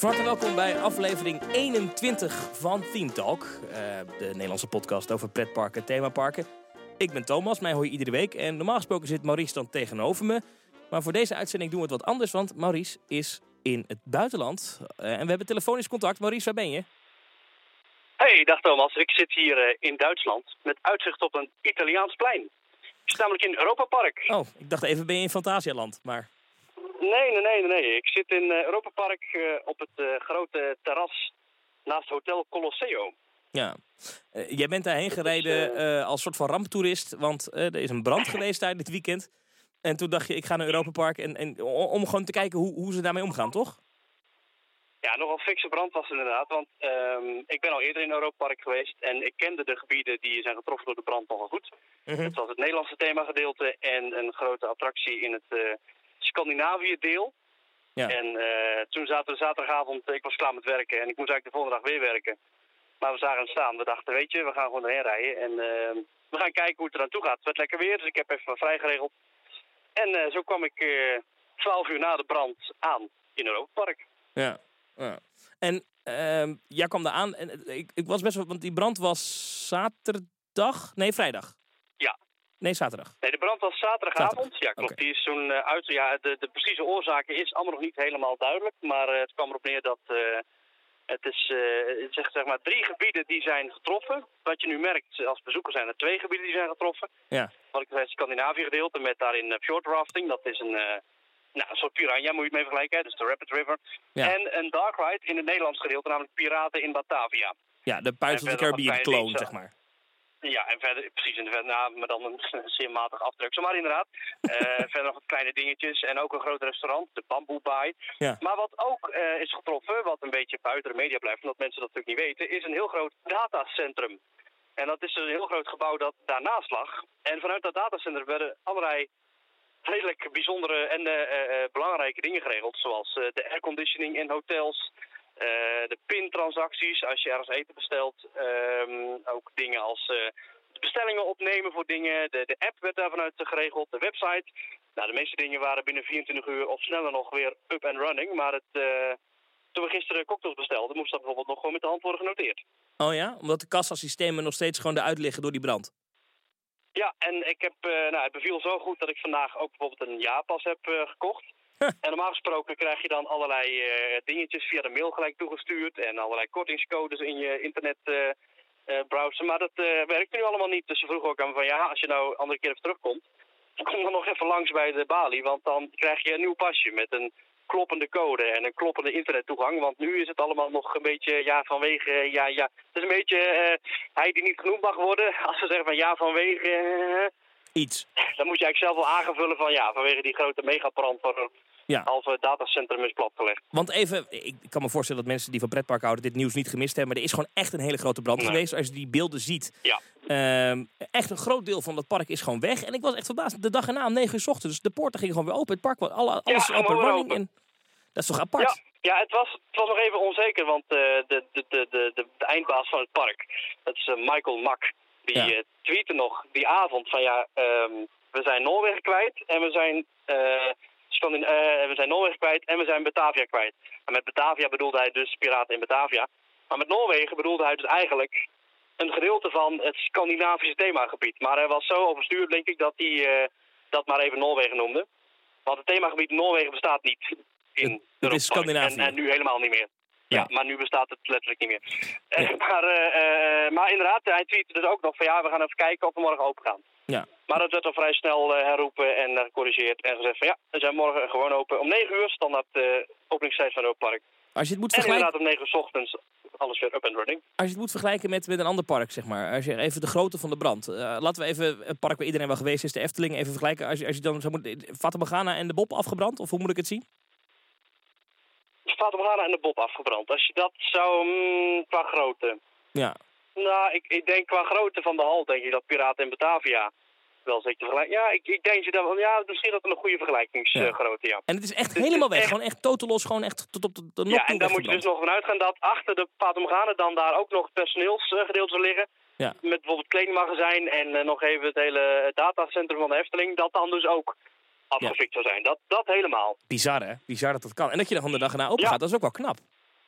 Van harte welkom bij aflevering 21 van Theme Talk. De Nederlandse podcast over pretparken en themaparken. Ik ben Thomas, mij hoor je iedere week. En normaal gesproken zit Maurice dan tegenover me. Maar voor deze uitzending doen we het wat anders, want Maurice is in het buitenland. En we hebben telefonisch contact. Maurice, waar ben je? Hey, dag Thomas. Ik zit hier in Duitsland met uitzicht op een Italiaans plein. Ik zit namelijk in Europa Park. Oh, ik dacht even ben je in Fantasialand, maar... Nee. Ik zit in Europa Park op het grote terras naast Hotel Colosseo. Ja, jij bent daarheen gereden als soort van ramptoerist, want er is een brand geweest daar dit weekend. En toen dacht je, ik ga naar Europa Park om gewoon te kijken hoe ze daarmee omgaan, toch? Ja, nogal fikse brand was het inderdaad, want ik ben al eerder in Europa Park geweest en ik kende de gebieden die zijn getroffen door de brand nogal goed. Het was het Nederlandse themagedeelte en een grote attractie in het Scandinavië-deel. Ja. En toen zaten we zaterdagavond, ik was klaar met werken en ik moest eigenlijk de volgende dag weer werken. Maar we zagen het staan. We dachten, weet je, we gaan gewoon erheen rijden en we gaan kijken hoe het eraan toe gaat. Het werd lekker weer, dus ik heb even wat vrij geregeld. En zo kwam ik 12 uur na de brand aan in Europa Park. Ja. En jij kwam daar aan en ik was best wel, want die brand was vrijdag. Ja. Nee, zaterdag. Nee, de brand was zaterdagavond. Zaterdag. Ja, klopt. Okay. Die is toen uit. Ja, de precieze oorzaken is allemaal nog niet helemaal duidelijk. Maar het kwam erop neer dat het is zeg maar 3 gebieden die zijn getroffen. Wat je nu merkt als bezoeker zijn er 2 gebieden die zijn getroffen. Ja. Wat ik zei, het Scandinavië gedeelte met daarin fjord rafting. Dat is een soort piranha, moet je het mee vergelijken. Dus de Rapid River. Ja. En een dark ride in het Nederlands gedeelte, namelijk Piraten in Batavia. Ja, de Pirates of the Caribbean clone, zeg maar. Ja, en verder, precies, maar dan een zeer matig afdruk. Maar inderdaad, verder nog wat kleine dingetjes en ook een groot restaurant, de Bamboo Bay. Ja. Maar wat ook is getroffen, wat een beetje buiten de media blijft, omdat mensen dat natuurlijk niet weten, is een heel groot datacentrum. En dat is een heel groot gebouw dat daarnaast lag. En vanuit dat datacentrum werden allerlei redelijk bijzondere en belangrijke dingen geregeld, zoals de airconditioning in hotels, de pintransacties als je ergens eten bestelt, ook dingen als de bestellingen opnemen voor dingen, de app werd daar vanuit geregeld, de website. Nou, de meeste dingen waren binnen 24 uur of sneller nog weer up and running, maar toen we gisteren cocktails bestelden, moest dat bijvoorbeeld nog gewoon met de hand worden genoteerd. Oh ja? Omdat de kassasystemen nog steeds gewoon eruit liggen door die brand? Ja, en ik heb, het beviel zo goed dat ik vandaag ook bijvoorbeeld een jaarpas heb gekocht. En normaal gesproken krijg je dan allerlei dingetjes via de mail gelijk toegestuurd en allerlei kortingscodes in je internetbrowser. Maar dat werkt nu allemaal niet. Dus ze vroegen ook aan me van ja, als je nou andere keer even terugkomt, dan kom dan nog even langs bij de balie. Want dan krijg je een nieuw pasje met een kloppende code en een kloppende internettoegang. Want nu is het allemaal nog een beetje vanwege. Het is een beetje hij die niet genoemd mag worden. Als ze zeggen van vanwege iets. Dan moet je eigenlijk zelf wel aanvullen van vanwege die grote megabrand waar een halve datacentrum is platgelegd. Want even, ik kan me voorstellen dat mensen die van pretparken houden dit nieuws niet gemist hebben. Maar er is gewoon echt een hele grote brand geweest. Als je die beelden ziet. Ja. Echt een groot deel van dat park is gewoon weg. En ik was echt verbaasd. De dag erna om 9 uur 's ochtends. De poorten gingen gewoon weer open. Het park was alles open running. En dat is toch apart? Ja, het was nog even onzeker. Want de eindbaas van het park, dat is Michael Mack. Die tweette nog die avond van we zijn Noorwegen kwijt en we zijn Noorwegen kwijt en we zijn Batavia kwijt. En met Batavia bedoelde hij dus Piraten in Batavia. Maar met Noorwegen bedoelde hij dus eigenlijk een gedeelte van het Scandinavische themagebied. Maar hij was zo overstuurd, denk ik, dat hij dat maar even Noorwegen noemde. Want het themagebied Noorwegen bestaat niet in het is Scandinavië. En nu helemaal niet meer. Ja, maar nu bestaat het letterlijk niet meer. Maar inderdaad, hij tweette dus ook nog van we gaan even kijken of we morgen open gaan. Ja. Maar dat werd al vrij snel herroepen en gecorrigeerd en gezegd van we zijn morgen gewoon open om 9 uur, standaard openingstijd van het park. Als je het moet en vergelijken... inderdaad om 9 uur 's ochtends alles weer up and running. Als je het moet vergelijken met een ander park, zeg maar. Als je even de grootte van de brand. Laten we even het park waar iedereen wel geweest is, de Efteling, even vergelijken. Als je dan zou moeten... Fata Morgana en de Bob afgebrand? Of hoe moet ik het zien? Fata Morgana en de Bob afgebrand. Als je dat zou qua grootte. Ja. Nou, ik denk qua grootte van de hal, denk ik dat Piraten in Batavia wel zeker te vergelijken. Ja, ik denk je dan, misschien dat een goede vergelijkingsgrootte, ja. En het is echt helemaal weg, gewoon echt totalos, gewoon echt tot op de nok toe. Ja, en dan moet je dus nog vanuit gaan dat achter de Fata Morgana dan daar ook nog personeelsgedeelte liggen. Ja. Met bijvoorbeeld kledingmagazijn en nog even het hele datacentrum van de Efteling. Dat dan dus ook afgefikt zou zijn. Dat helemaal. Bizar, hè? Bizar dat dat kan. En dat je er gewoon de dag erna open gaat, dat is ook wel knap.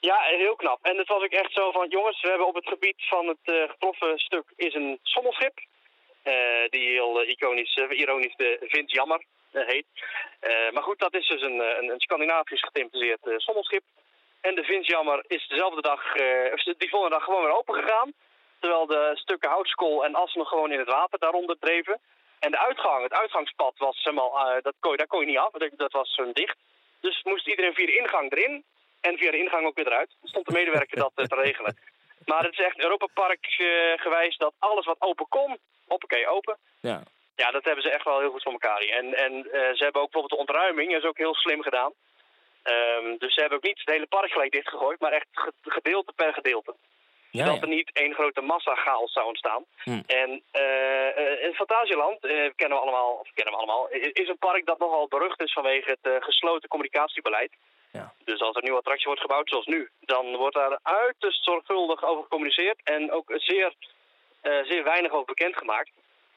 Ja, heel knap. En het was ook echt zo van, jongens, we hebben op het gebied van het getroffen stuk is een sommelschip. Die heel ironisch de Vind Jammer heet. Maar goed, dat is dus een Scandinavisch getimpeerd sommelschip. En de Vind Jammer is dezelfde dag, die volgende dag gewoon weer open gegaan. Terwijl de stukken houtskool en as nog gewoon in het water daaronder dreven. En het uitgangspad was helemaal, daar kon je niet af, dat was dicht. Dus moest iedereen via de ingang erin en via de ingang ook weer eruit. Er stond de medewerker dat te regelen. Maar het is echt Europapark gewijs dat alles wat open kon, hoppakee, open. Ja. Ja, dat hebben ze echt wel heel goed voor elkaar. En ze hebben ook bijvoorbeeld de ontruiming, dat is ook heel slim gedaan. Dus ze hebben ook niet het hele park gelijk dichtgegooid, maar echt gedeelte per gedeelte. Zodat er niet één grote massa chaos zou ontstaan. En in Fantasieland, kennen we allemaal, is een park dat nogal berucht is vanwege het gesloten communicatiebeleid. Ja. Dus als er een nieuwe attractie wordt gebouwd, zoals nu, dan wordt daar uiterst zorgvuldig over gecommuniceerd en ook zeer weinig over bekendgemaakt.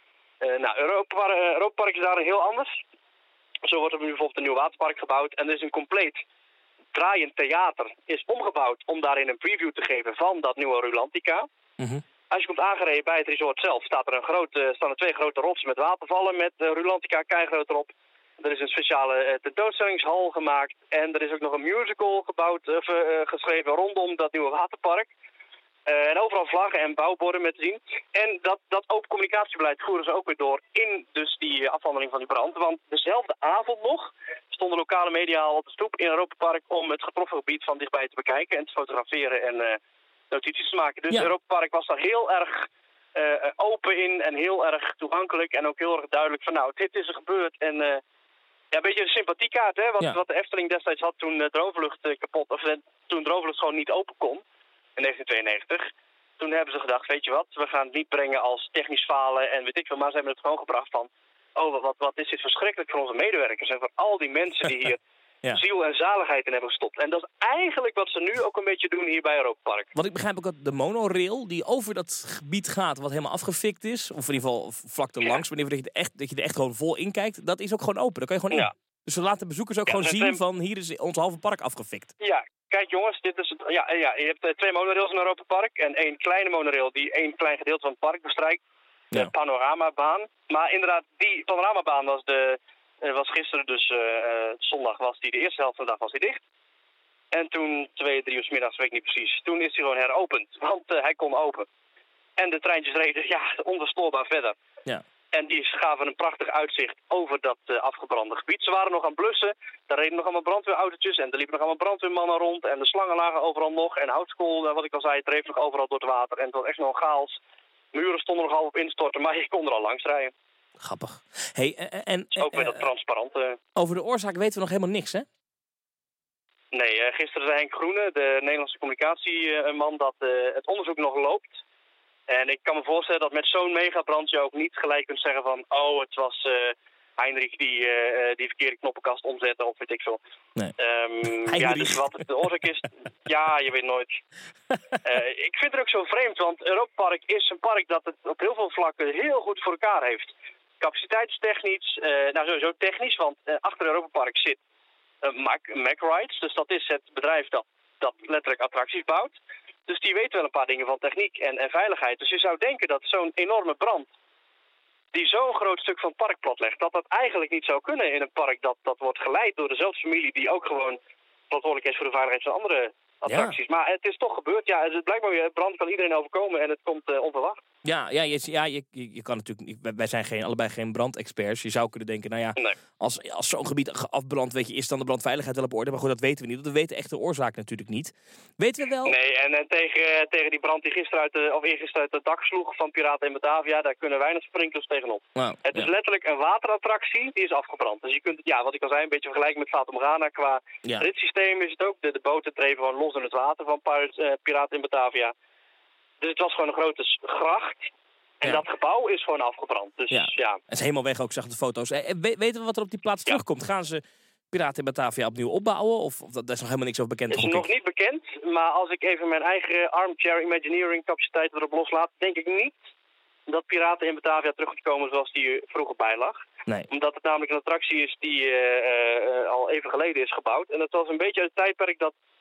Europapark is daar heel anders. Zo wordt er nu bijvoorbeeld een nieuw waterpark gebouwd en er is een compleet draaiend theater is omgebouwd om daarin een preview te geven van dat nieuwe Rulantica. Mm-hmm. Als je komt aangereden bij het resort zelf, staan er 2 grote rotsen met watervallen met Rulantica keigroot erop. Er is een speciale tentoonstellingshal gemaakt en er is ook nog een musical geschreven rondom dat nieuwe waterpark. En overal vlaggen en bouwborden met te zien. En dat open communicatiebeleid voeren ze ook weer door in dus die afhandeling van die brand. Want dezelfde avond nog stonden lokale media al op de stoep in Europapark om het getroffen gebied van dichtbij te bekijken en te fotograferen en notities te maken. Dus Europapark was daar heel erg open in en heel erg toegankelijk en ook heel erg duidelijk van nou, dit is er gebeurd. En een beetje een sympathiekaart, hè, wat de Efteling destijds had toen Droomvlucht toen Droomvlucht gewoon niet open kon. In 1992. Toen hebben ze gedacht, weet je wat, we gaan het niet brengen als technisch falen en weet ik veel, maar ze hebben het gewoon gebracht van, wat is dit verschrikkelijk voor onze medewerkers en voor al die mensen die hier ziel en zaligheid in hebben gestopt. En dat is eigenlijk wat ze nu ook een beetje doen hier bij Europapark. Want ik begrijp ook dat de monorail die over dat gebied gaat, wat helemaal afgefikt is, of in ieder geval vlak erlangs, wanneer dat je er echt gewoon vol in kijkt, dat is ook gewoon open, daar kan je gewoon in. Dus we laten bezoekers ook gewoon zien van, hier is ons halve park afgefikt. Ja. Kijk jongens, dit is je hebt 2 monorails in Europapark en 1 kleine monorail die 1 klein gedeelte van het park bestrijkt. De panoramabaan. Maar inderdaad, die panoramabaan was gisteren, dus zondag was die, de eerste helft van de dag was die dicht. En toen 2, 3 uur 's middags, weet ik niet precies, toen is hij gewoon heropend, want hij kon open. En de treintjes reden onverstoorbaar verder. Ja. En die gaven een prachtig uitzicht over dat afgebrande gebied. Ze waren nog aan het blussen. Daar reden nog allemaal brandweerautootjes. En er liepen nog allemaal brandweermannen rond. En de slangen lagen overal nog. En houtskool, wat ik al zei, dreef nog overal door het water. En het was echt nog een chaos. Muren stonden nog half op instorten, maar je kon er al langs rijden. Grappig. Hey, ook weer dat transparante. Over de oorzaak weten we nog helemaal niks, hè? Nee, gisteren zei Henk Groene, de Nederlandse communicatieman, dat het onderzoek nog loopt. En ik kan me voorstellen dat met zo'n megabrand je ook niet gelijk kunt zeggen van, het was Heinrich die verkeerde knoppenkast omzette of weet ik veel. Nee. Dus wat de oorzaak is, je weet nooit. Ik vind het ook zo vreemd, want Europapark is een park dat het op heel veel vlakken heel goed voor elkaar heeft. Capaciteitstechnisch, sowieso technisch, want achter Europapark zit Mack Rides. Dus dat is het bedrijf dat letterlijk attracties bouwt. Dus die weten wel een paar dingen van techniek en veiligheid. Dus je zou denken dat zo'n enorme brand, die zo'n groot stuk van het park platlegt, dat eigenlijk niet zou kunnen in een park dat wordt geleid door dezelfde familie die ook gewoon verantwoordelijk is voor de veiligheid van andere attracties. Ja. Maar het is toch gebeurd. Ja, het blijkbaar weer, brand kan iedereen overkomen en het komt onverwacht. Je kan natuurlijk, wij zijn allebei geen brandexperts. Je zou kunnen denken, nee. als zo'n gebied afbrandt, is dan de brandveiligheid wel op orde. Maar goed, dat weten we niet. Want we weten echt de oorzaak natuurlijk niet. Weten we wel? Nee, en tegen die brand die eergisteren uit het dak sloeg van Piraten in Batavia, daar kunnen weinig sprinklers tegenop. Het is letterlijk een waterattractie, die is afgebrand. Dus je kunt het, wat ik al zei, een beetje vergelijken met Fata Morgana. Qua ritssysteem is het ook. De boten dreven gewoon los in het water van Piraten in Batavia. Dus het was gewoon een grote gracht. En dat gebouw is gewoon afgebrand. Dus Het is helemaal weg ook, zag de foto's. Weten we wat er op die plaats terugkomt? Gaan ze Piraten in Batavia opnieuw opbouwen? Of daar is nog helemaal niks over bekend? Het is nog niet bekend. Maar als ik even mijn eigen armchair imagineering capaciteit erop loslaat, denk ik niet dat Piraten in Batavia terug gaat komen zoals die vroeger bij lag. Nee. Omdat het namelijk een attractie is die al even geleden is gebouwd. En dat was een beetje uit het tijdperk dat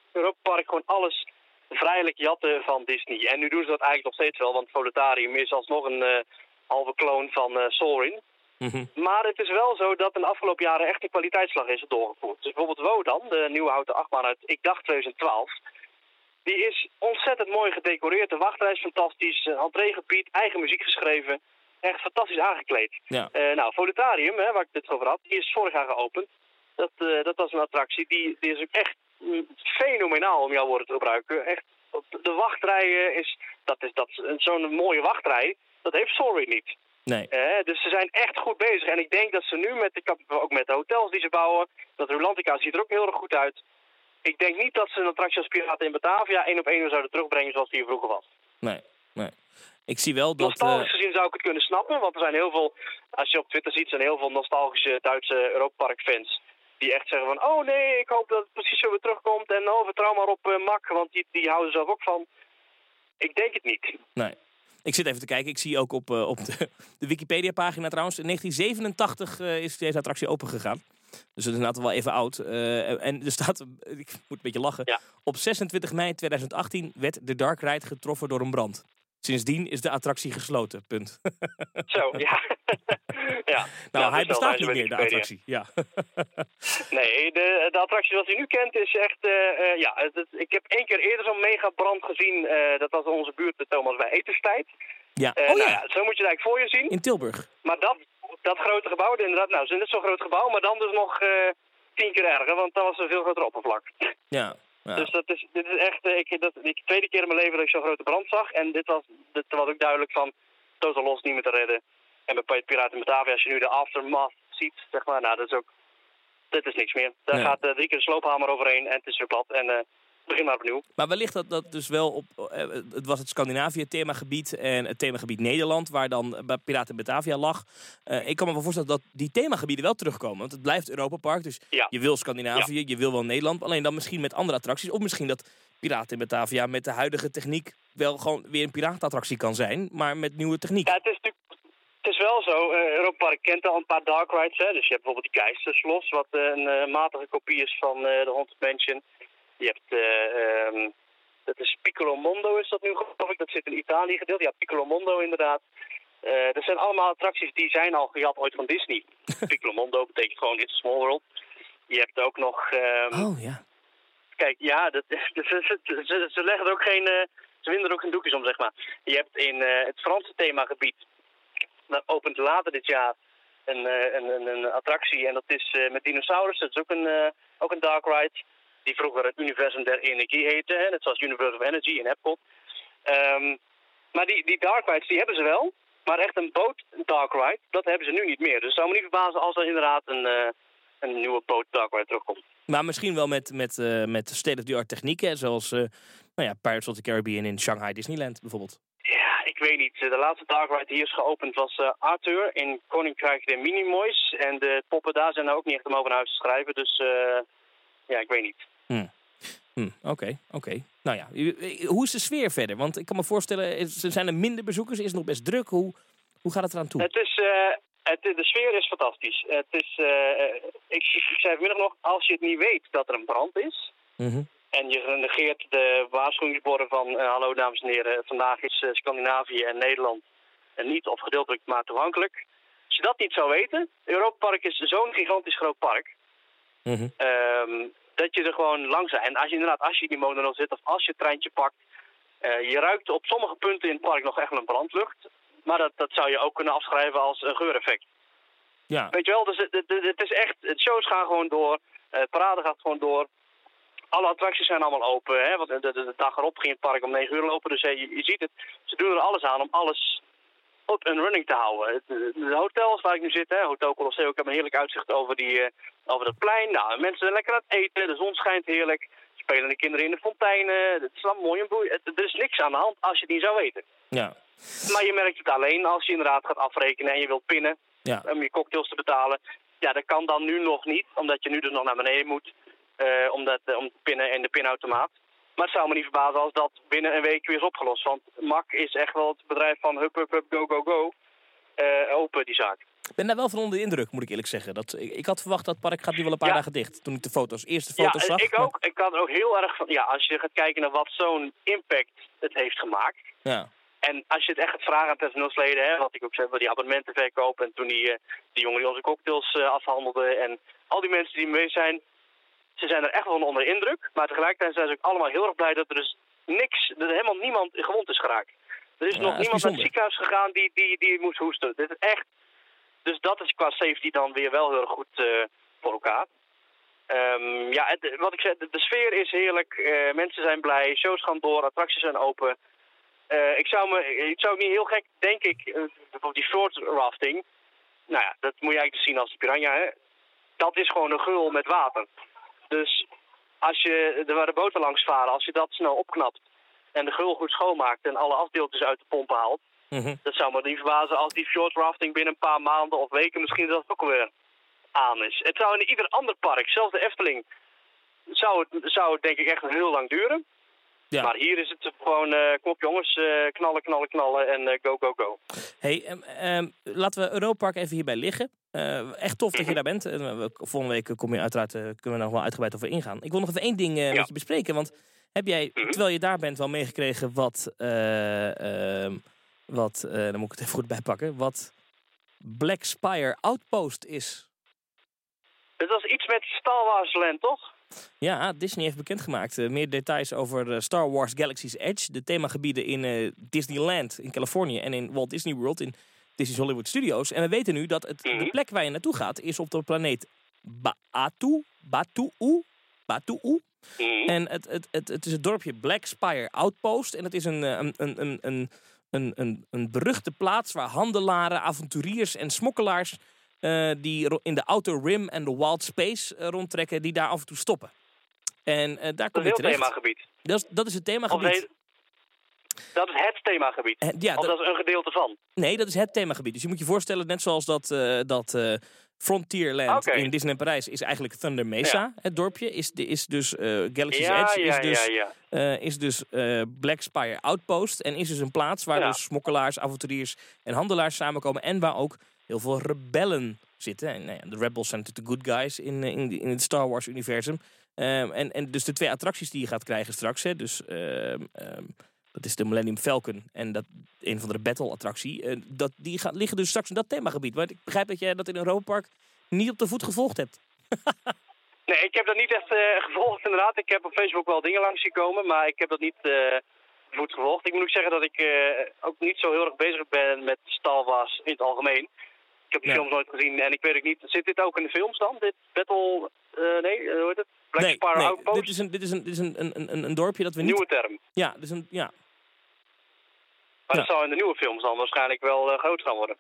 Europa Park gewoon alles vrijelijk jatten van Disney. En nu doen ze dat eigenlijk nog steeds wel, want Voletarium is alsnog een halve kloon van Soarin'. Mm-hmm. Maar het is wel zo dat in de afgelopen jaren echt een kwaliteitsslag is doorgevoerd. Dus bijvoorbeeld Wodan, de nieuwe houten achtbaan uit, ik dacht 2012... die is ontzettend mooi gedecoreerd. De wachtrij is fantastisch, entreegebied, eigen muziek geschreven. Echt fantastisch aangekleed. Ja. Voletarium, waar ik het over had, die is vorig jaar geopend. Dat was een attractie, die is ook echt fenomenaal om jouw woorden te gebruiken. Echt, de wachtrij dat is zo'n mooie wachtrij, dat heeft Soarin' niet. Nee. Dus ze zijn echt goed bezig. En ik denk dat ze nu ook met de hotels die ze bouwen, dat Rulantica ziet er ook heel erg goed uit. Ik denk niet dat ze een attractie als Piraten in Batavia 1 op 1 zouden terugbrengen zoals die hier vroeger was. Nee. Ik zie wel dat... Nostalgisch gezien zou ik het kunnen snappen, want er zijn heel veel, als je op Twitter ziet, zijn heel veel nostalgische Duitse Europa Park fans. Die echt zeggen van, oh nee, ik hoop dat het precies zo weer terugkomt. En vertrouw maar op Mack, want die houden zelf ook van. Ik denk het niet. Nee. Ik zit even te kijken. Ik zie ook op de Wikipedia-pagina trouwens. In 1987 is deze attractie opengegaan. Dus dat is inderdaad wel even oud. En er staat, ik moet een beetje lachen. Ja. Op 26 mei 2018 werd de Dark Ride getroffen door een brand. Sindsdien is de attractie gesloten. Punt. Zo, ja. Ja. Nou, hij bestaat niet meer, de attractie. Ja. Nee, de attractie zoals hij nu kent is echt... ik heb 1 keer eerder zo'n megabrand gezien. Dat was in onze buurt, Thomas, bij etenstijd. Ja. Zo moet je het eigenlijk voor je zien. In Tilburg. Maar dat grote gebouw, inderdaad, nou, het is zo'n groot gebouw, maar dan dus nog 10 keer erger, want dat was een veel groter oppervlak. Ja. Dus dit is echt, de tweede keer in mijn leven dat ik zo'n grote brand zag. En dit was ook duidelijk van, Total Loss niet meer te redden. En bij Piraten in Batavia, als je nu de aftermath ziet, zeg maar, nou, dit is niks meer. Daar gaat 3 keer de sloophamer overheen en het is weer plat. En begin maar opnieuw. Maar wellicht dat dus wel op... het was het Scandinavië-themagebied en het themagebied Nederland, waar dan bij Piraten in Batavia lag. Ik kan me wel voorstellen dat die themagebieden wel terugkomen. Want het blijft Europa Park, dus je wil Scandinavië, je wil wel Nederland. Alleen dan misschien met andere attracties. Of misschien dat Piraten in Batavia met de huidige techniek wel gewoon weer een piratenattractie kan zijn, maar met nieuwe techniek. Ja, het is wel zo. Europa Park kent al een paar dark rides. Hè? Dus je hebt bijvoorbeeld die Keizerslos, wat een matige kopie is van de Haunted Mansion. Je hebt, dat is Piccolo Mondo is dat nu, geloof ik. Dat zit in Italië gedeeld. Ja, Piccolo Mondo inderdaad. Dat zijn allemaal attracties die zijn al gejat ooit van Disney. Piccolo Mondo betekent gewoon It's a Small World. Je hebt ook nog... Oh, ja. Kijk, ja, ze leggen er ook ze winden er ook geen doekjes om, zeg maar. Je hebt in het Franse themagebied, dat opent later dit jaar een attractie. En dat is met dinosaurus. Dat is ook een dark ride. Die vroeger het Universum der Energie heette. Hè? Net zoals Universe of Energy in Epcot. Maar die dark rides, die hebben ze wel. Maar echt een boot dark ride, dat hebben ze nu niet meer. Dus het zou me niet verbazen als er inderdaad een nieuwe boot dark ride terugkomt. Maar misschien wel met state-of-the-art technieken. Zoals Pirates of the Caribbean in Shanghai Disneyland bijvoorbeeld. Ja, ik weet niet. De laatste dark ride die hier is geopend was Arthur in Koninkrijk der Minimoys. En de poppen daar zijn nou ook niet echt om over naar huis te schrijven. Dus ja, ik weet niet. Oké. Nou ja, hoe is de sfeer verder? Want ik kan me voorstellen, zijn er minder bezoekers? Is het nog best druk? Hoe gaat het eraan toe? De sfeer is fantastisch. Ik zei vanmiddag nog, als je het niet weet dat er een brand is... en je negeert de waarschuwingsborden van... hallo dames en heren, vandaag is Scandinavië en Nederland niet of gedeeltelijk maar toegankelijk. Als je dat niet zou weten, Europa Park is zo'n gigantisch groot park... dat je er gewoon langs bent. En als je in die monorail zit of als je het treintje pakt... je ruikt op sommige punten in het park nog echt wel een brandlucht... Maar dat zou je ook kunnen afschrijven als een geureffect. Ja. Weet je wel, dus het is echt... De shows gaan gewoon door. Het parade gaat gewoon door. Alle attracties zijn allemaal open. Hè? Want de dag erop ging het park om 9 uur lopen. Dus je ziet het. Ze doen er alles aan om alles up and running te houden. De hotels waar ik nu zit, Hotel Colosseo, ik heb een heerlijk uitzicht over dat plein. Nou, mensen zijn lekker aan het eten. De zon schijnt heerlijk. Spelen de kinderen in de fonteinen. Het is allemaal mooi en boeiend. Er is niks aan de hand als je het niet zou weten. Ja. Maar je merkt het alleen als je inderdaad gaat afrekenen en je wilt pinnen om je cocktails te betalen. Ja, dat kan dan nu nog niet, omdat je nu dus nog naar beneden moet om te pinnen in de pinautomaat. Maar het zou me niet verbazen als dat binnen een week weer is opgelost. Want Mack is echt wel het bedrijf van hup, hup, hup, go, go, go. open, die zaak. Ik ben daar wel van onder de indruk, moet ik eerlijk zeggen. Ik had verwacht dat het park gaat nu wel een paar dagen dicht. Toen ik de eerste foto's zag. Ik ook. Ik had er ook heel erg van... Ja, als je gaat kijken naar wat zo'n impact het heeft gemaakt. Ja. En als je het echt gaat vragen aan personeelsleden, wat ik ook zei, die abonnementen verkopen. En toen die jongen die onze cocktails afhandelde. En al die mensen die mee zijn, ze zijn er echt wel onder de indruk. Maar tegelijkertijd zijn ze ook allemaal heel erg blij dat er dus helemaal niemand gewond is geraakt. Er is nog niemand naar het ziekenhuis gegaan die moest hoesten. Dit is echt... Dus dat is qua safety dan weer wel heel erg goed voor elkaar. Wat ik zei, de sfeer is heerlijk. Mensen zijn blij, shows gaan door, attracties zijn open. Ik zou niet heel gek, denk ik, bijvoorbeeld die short rafting. Nou ja, dat moet je eigenlijk zien als de piranha. Hè? Dat is gewoon een geul met water. Dus als je waar de boten langs varen, als je dat snel opknapt en de geul goed schoonmaakt en alle afdeeltjes uit de pompen haalt, dat zou me niet verbazen als die short rafting binnen een paar maanden of weken misschien dat ook weer aan is. Het zou in ieder ander park, zelfs de Efteling, zou het denk ik echt heel lang duren. Ja. Maar hier is het gewoon, kom op jongens, knallen en go, go, go. Hey, laten we Europa Park even hierbij liggen. Echt tof dat je daar bent. Volgende week kunnen we er nog wel uitgebreid over ingaan. Ik wil nog even één ding met je bespreken. Want heb jij, terwijl je daar bent, wel meegekregen wat dan moet ik het even goed bijpakken, wat Black Spire Outpost is? Het was iets met Star Wars Land, toch? Ja, Disney heeft bekendgemaakt. Meer details over Star Wars Galaxy's Edge. De themagebieden in Disneyland in Californië en in Walt Disney World in Disney's Hollywood Studios. En we weten nu dat de plek waar je naartoe gaat is op de planeet Batuu. En het is het dorpje Black Spire Outpost. En het is een beruchte plaats waar handelaren, avonturiers en smokkelaars die in de Outer Rim en de Wild Space rondtrekken, die daar af en toe stoppen. En daar kom je terecht. Dat is het themagebied. Dat is het themagebied. Dat is het themagebied? Of dat is een gedeelte van? Nee, dat is het themagebied. Dus je moet je voorstellen, net zoals dat Frontierland in Disneyland Parijs is eigenlijk Thunder Mesa, het dorpje. Is dus Galaxy's Edge is dus Black Spire Outpost. En is dus een plaats waar dus smokkelaars, avonturiers en handelaars samenkomen. En waar ook heel veel rebellen zitten. En de rebels zijn natuurlijk de good guys in het Star Wars universum. En dus de twee attracties die je gaat krijgen straks. Hè, dus dat is de Millennium Falcon en een van de battle attractie. Die liggen dus straks in dat themagebied. Maar ik begrijp dat jij dat in Europa Park niet op de voet gevolgd hebt. Nee, ik heb dat niet echt gevolgd inderdaad. Ik heb op Facebook wel dingen langs zien komen, maar ik heb dat niet voet gevolgd. Ik moet ook zeggen dat ik ook niet zo heel erg bezig ben met Star Wars in het algemeen. Ik heb die films nooit gezien en ik weet ook niet, zit dit ook in de films dan? Dit Battle, hoe heet het? Black Spire Outpost? Dit is een dorpje dat we niet... Nieuwe term. Ja, dus ja. Maar dat zou in de nieuwe films dan waarschijnlijk wel groot gaan worden.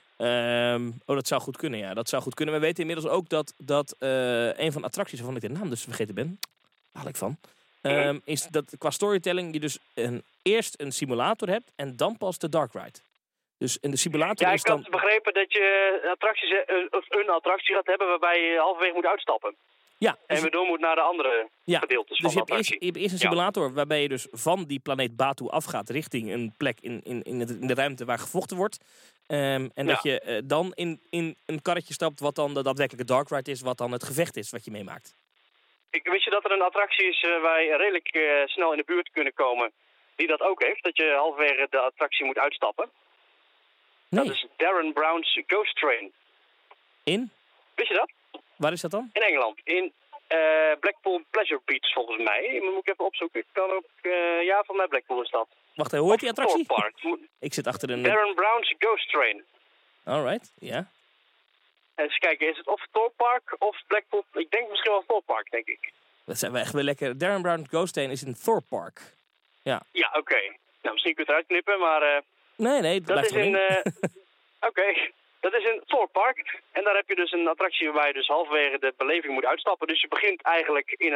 Dat zou goed kunnen, ja. Dat zou goed kunnen. We weten inmiddels ook dat een van de attracties, waarvan ik de naam dus vergeten ben, eigenlijk van, is dat qua storytelling je dus eerst een simulator hebt en dan pas de dark ride. Dus in de simulator is dan... ik had begrepen dat je een attractie gaat hebben waarbij je halverwege moet uitstappen. Ja, dus en we door moet naar de andere gedeeltes van de attractie. Je hebt eerst een simulator waarbij je dus van die planeet Batuu afgaat richting een plek in de ruimte waar gevochten wordt. Dat je dan in een karretje stapt wat dan de daadwerkelijke dark ride is, wat dan het gevecht is wat je meemaakt. Wist je dat er een attractie is waar je redelijk snel in de buurt kunnen komen die dat ook heeft? Dat je halverwege de attractie moet uitstappen? Nee. Dat is Darren Brown's Ghost Train. In? Wist je dat? Waar is dat dan? In Engeland. In Blackpool Pleasure Beach volgens mij. Moet ik even opzoeken. Ik kan ook... van mij Blackpool is dat. Wacht even, hoe heet die attractie? Park. Ik zit achter een... Darren Brown's Ghost Train. Alright, ja. Eens kijken, is het of Thorpe Park of Blackpool? Ik denk misschien wel Thorpe Park, denk ik. Dat zijn we echt weer lekker. Darren Brown's Ghost Train is in Thorpe Park. Ja. Ja, oké. Nou, misschien kun je het eruit knippen, maar... Nee, dat blijft is in... Oké. Dat is in Thorpe Park. En daar heb je dus een attractie waar je dus halverwege de beleving moet uitstappen. Dus je begint eigenlijk in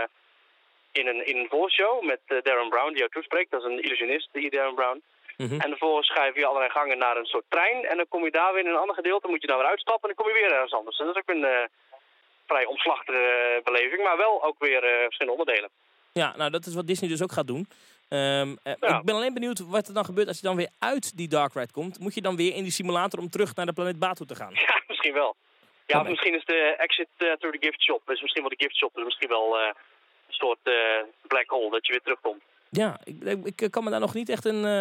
een voorshow met Darren Brown die jou toespreekt. Dat is een illusionist, die Darren Brown. En vervolgens schuif je allerlei gangen naar een soort trein. En dan kom je daar weer in een ander gedeelte. Dan moet je daar weer uitstappen en dan kom je weer ergens anders. En dat is ook een vrij omslachtige beleving. Maar wel ook weer verschillende onderdelen. Ja, nou dat is wat Disney dus ook gaat doen. Ik ben alleen benieuwd wat er dan gebeurt als je dan weer uit die dark ride komt. Moet je dan weer in die simulator om terug naar de planeet Batuu te gaan? Ja, misschien wel. Ja, of misschien is de exit through the gift shop. Is misschien wel de gift shop. Dus misschien wel een soort black hole dat je weer terugkomt. Ja, ik kan me daar nog niet echt een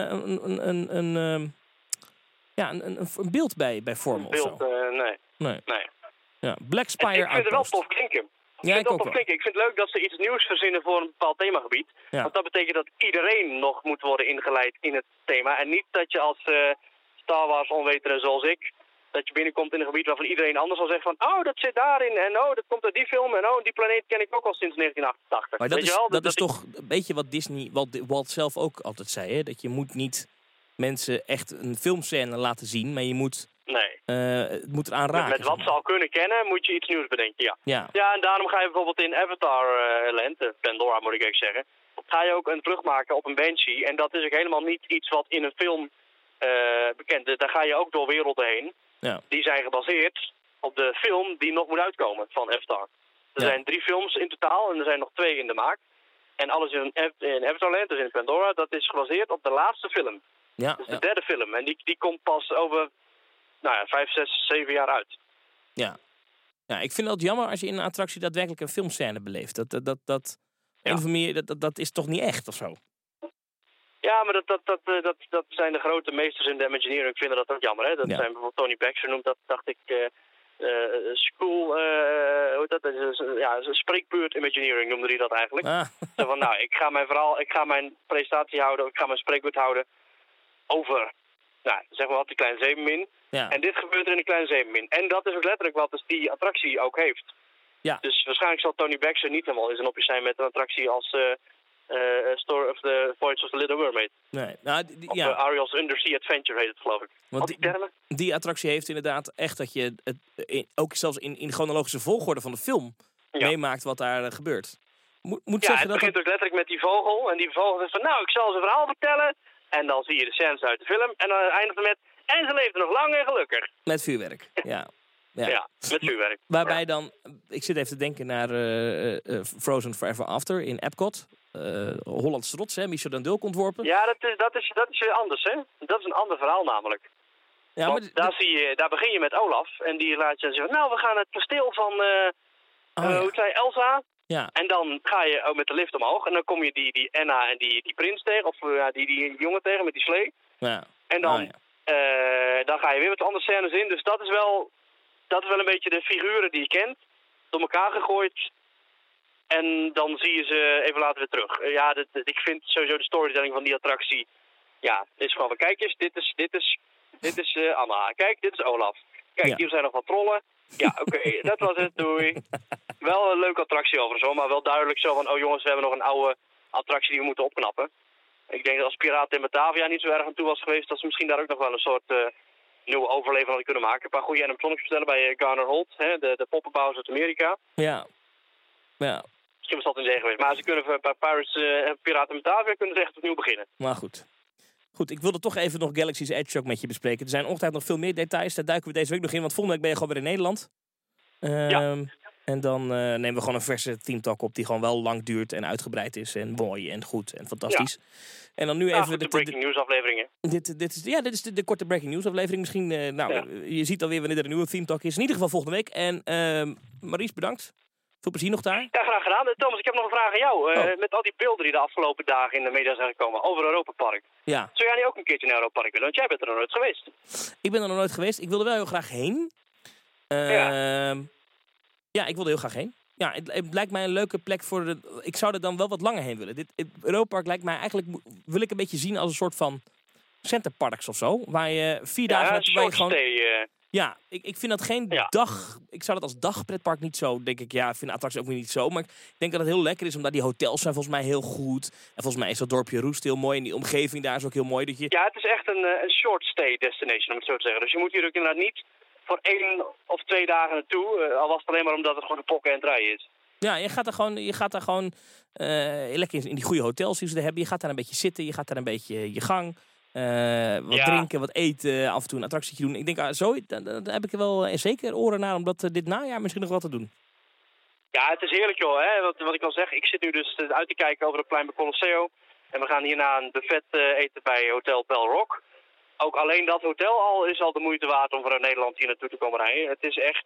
beeld bij vormen. Een beeld, nee. Ja, Black Spire Ik vind het wel tof klinken. Ik vind het leuk dat ze iets nieuws verzinnen voor een bepaald themagebied. Ja. Want dat betekent dat iedereen nog moet worden ingeleid in het thema. En niet dat je als Star Wars onwetende zoals ik, dat je binnenkomt in een gebied waarvan iedereen anders al zegt van, oh, dat zit daarin. En oh, dat komt uit die film. En oh, die planeet ken ik ook al sinds 1988. Maar dat is toch een beetje wat Disney, Walt zelf ook altijd zei, hè? Dat je moet niet mensen echt een filmscène laten zien, maar je moet... het moet eraan raken. Met wat ze al kunnen kennen, moet je iets nieuws bedenken, ja. Ja, en daarom ga je bijvoorbeeld in Avatar Land, Pandora moet ik even zeggen, ga je ook een vlucht maken op een Banshee. En dat is ook helemaal niet iets wat in een film bekend is. Daar ga je ook door werelden heen. Ja. Die zijn gebaseerd op de film die nog moet uitkomen van Avatar. Er zijn 3 films in totaal en er zijn nog 2 in de maak. En alles in Avatar Land, dus in Pandora, dat is gebaseerd op de laatste film. Ja, dus de derde film. En die komt pas over 5, 6, 7 jaar uit. Ja. Ja, ik vind het jammer als je in een attractie daadwerkelijk een filmscène beleeft. Dat is toch niet echt of zo? Ja, maar dat zijn de grote meesters in de Imagineering. Ik vind dat ook jammer, hè. Dat zijn bijvoorbeeld Tony Baxter noemt dat, dacht ik, school, spreekbeurt Imagineering noemde hij dat eigenlijk. Zo van, ik ga mijn presentatie houden, ik ga mijn spreekbeurt houden over, zeg maar wat, die kleine zeemermin. Ja. En dit gebeurt er in een kleine zeemermin. En dat is ook letterlijk wat dus die attractie ook heeft. Ja. Dus waarschijnlijk zal Tony Baxter niet helemaal in zijn opje zijn met een attractie als Story of the Voyage of the Little Mermaid. Nee. Ariel's Undersea Adventure heet het, geloof ik. Want die attractie heeft inderdaad echt dat je ook zelfs in chronologische volgorde van de film meemaakt wat daar gebeurt. Het begint ook letterlijk met die vogel. En die vogel zegt van, ik zal ze een verhaal vertellen. En dan zie je de scènes uit de film. En dan eindigt het met, en ze leefde nog lang en gelukkig. Met vuurwerk, ja. Ja, met vuurwerk. Waarbij dan, ik zit even te denken naar Frozen Forever After in Epcot. Hollands trots, hè? Michel Dandel ontworpen. Ja, dat is weer anders, hè. Dat is een ander verhaal namelijk. Ja, maar daar begin je met Olaf. En die laat je zeggen, we gaan het kasteel van, hoe zei Elsa? Ja. En dan ga je ook met de lift omhoog. En dan kom je die Anna en die prins tegen. Of die jongen tegen met die slee. Ja. En dan, dan ga je weer met andere scènes in. Dus dat is wel een beetje de figuren die je kent. Door elkaar gegooid. En dan zie je ze even later weer terug. Ik vind sowieso de storytelling van die attractie. Ja, is gewoon, kijk eens, dit is Anna. Kijk, dit is Olaf. Kijk, hier zijn nog wat trollen. Ja, oké, dat was het, doei. Wel een leuke attractie overigens, maar wel duidelijk zo van, jongens, we hebben nog een oude attractie die we moeten opknappen. Ik denk dat als Piraten in Batavia niet zo erg aan toe was geweest, dat ze misschien daar ook nog wel een soort nieuwe overleving hadden kunnen maken. Een paar goede animatronics bestellen bij Garner Holt, de poppenbouwers uit Amerika. Ja. Misschien was dat in zee geweest. Maar ze kunnen bij Piraten in Batavia kunnen ze echt opnieuw beginnen. Maar goed. Goed, ik wilde toch even nog Galaxy's Edge ook met je bespreken. Er zijn ongetwijfeld nog veel meer details. Daar duiken we deze week nog in. Want volgende week ben je gewoon weer in Nederland. En dan nemen we gewoon een verse teamtalk op die gewoon wel lang duurt en uitgebreid is. En mooi en goed en fantastisch. Ja. En dan nu even de breaking news afleveringen. Dit is de korte breaking news aflevering. Misschien, je ziet alweer wanneer er een nieuwe teamtalk is. In ieder geval volgende week. En Maries, bedankt. Veel plezier nog daar. Ja, graag gedaan. Thomas, ik heb nog een vraag aan jou. Met al die beelden die de afgelopen dagen in de media zijn gekomen over Europa Park. Ja. Zou jij niet ook een keertje naar Europa Park willen? Want jij bent er nog nooit geweest. Ik ben er nog nooit geweest. Ik wilde wel heel graag heen. Ja, ik wilde heel graag heen. Ja, het lijkt mij een leuke plek voor ik zou er dan wel wat langer heen willen. Europa Park lijkt mij eigenlijk, wil ik een beetje zien als een soort van centerparks of zo. Waar je 4 dagen... waar je gewoon... Ja, ik vind dat geen dag... Ik zou dat als dagpretpark niet zo, denk ik. Ja, ik vind de attractie ook weer niet zo. Maar ik denk dat het heel lekker is, omdat die hotels zijn volgens mij heel goed. En volgens mij is dat dorpje Roest heel mooi. En die omgeving daar is ook heel mooi. Dat je... Ja, het is echt een short stay destination, om het zo te zeggen. Dus je moet hier ook inderdaad niet voor 1 of 2 dagen naartoe. Al was het alleen maar omdat het gewoon een pokken en trein is. Ja, je gaat daar gewoon lekker in die goede hotels die ze hebben. Je gaat daar een beetje zitten, je gaat daar een beetje je gang... wat drinken, wat eten, af en toe een attractietje doen. Ik denk, dan heb ik er wel zeker oren naar om dat dit najaar misschien nog wat te doen. Ja, het is heerlijk joh. Hè? Wat ik al zeg, ik zit nu dus uit te kijken over het plein bij Colosseo. En we gaan hierna een buffet eten bij Hotel Bell Rock. Ook alleen dat hotel is al de moeite waard om vanuit Nederland hier naartoe te komen rijden. Het is echt,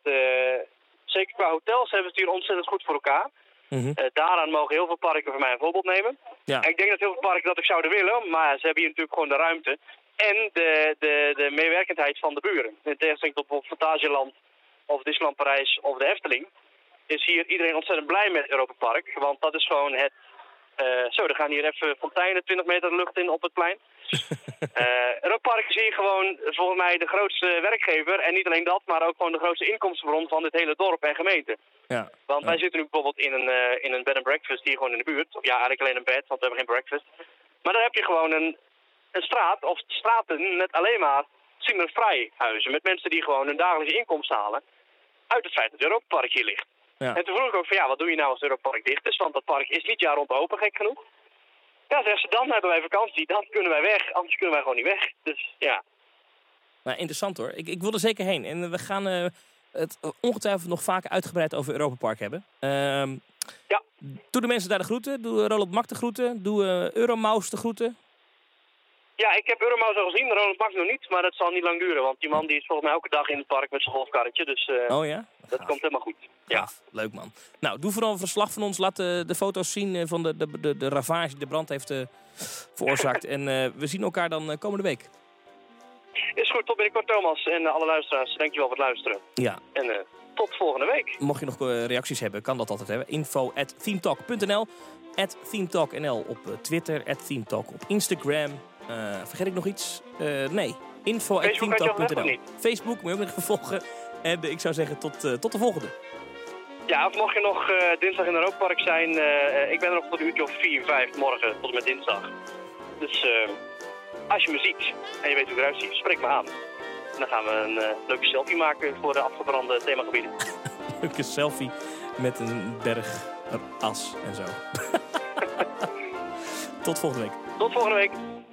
zeker qua hotels hebben ze het hier ontzettend goed voor elkaar. Daaraan mogen heel veel parken voor mij een voorbeeld nemen. Ja. En ik denk dat heel veel parken dat ik zouden willen, maar ze hebben hier natuurlijk gewoon de ruimte. En de meewerkendheid van de buren. In tegenstelling tot bijvoorbeeld Fantasieland of Disneyland Parijs of de Efteling, is hier iedereen ontzettend blij met Europa Park. Want dat is gewoon het... er gaan hier even fonteinen 20 meter de lucht in op het plein. Europa Park is hier gewoon volgens mij de grootste werkgever. En niet alleen dat, maar ook gewoon de grootste inkomstenbron van dit hele dorp en gemeente. Ja. Want wij zitten nu bijvoorbeeld in een bed and breakfast hier gewoon in de buurt. Of ja, eigenlijk alleen een bed, want we hebben geen breakfast. Maar dan heb je gewoon een straat of straten met alleen maar singelvrij huizen. Met mensen die gewoon hun dagelijkse inkomsten halen uit het feit dat het Europa Park hier ligt. Ja. En toen vroeg ik ook van wat doe je nou als het Europa Park dicht is? Want dat park is niet jaar rond open, gek genoeg. Ja, zeggen ze, dan hebben wij vakantie, dan kunnen wij weg. Anders kunnen wij gewoon niet weg. Dus ja. Nou, interessant hoor. Ik wil er zeker heen. En we gaan het ongetwijfeld nog vaker uitgebreid over Europa Park hebben. Ja. Doe de mensen daar de groeten. Doe Roland Mak de groeten. Doe Euromaus de groeten. Ja, ik heb Euromaus al gezien, Roland Mak nog niet, maar dat zal niet lang duren. Want die man die is volgens mij elke dag in het park met zijn golfkarretje. Dus oh ja? dat komt helemaal goed. Ja. Leuk man. Nou, doe vooral een verslag van ons. Laat de foto's zien van de ravage die de brand heeft veroorzaakt. En we zien elkaar dan komende week. Is goed, tot binnenkort Thomas en alle luisteraars. Dankjewel voor het luisteren. Ja. En tot volgende week. Mocht je nog reacties hebben, kan dat altijd hebben. info@themetalk.nl @themetalknl op Twitter, @themetalk op Instagram. Vergeet ik nog iets? Nee. info@themetalk.nl Facebook moet je ook nog even volgen. En ik zou zeggen tot de volgende. Ja, of mocht je nog dinsdag in Europa Park zijn, ik ben er nog tot een uurtje of 4, 5 morgen tot en met dinsdag. Dus als je me ziet en je weet hoe ik eruit zie, spreek me aan. En dan gaan we een leuke selfie maken voor de afgebrande themagebieden. Leuke selfie met een berg as en zo. Tot volgende week. Tot volgende week.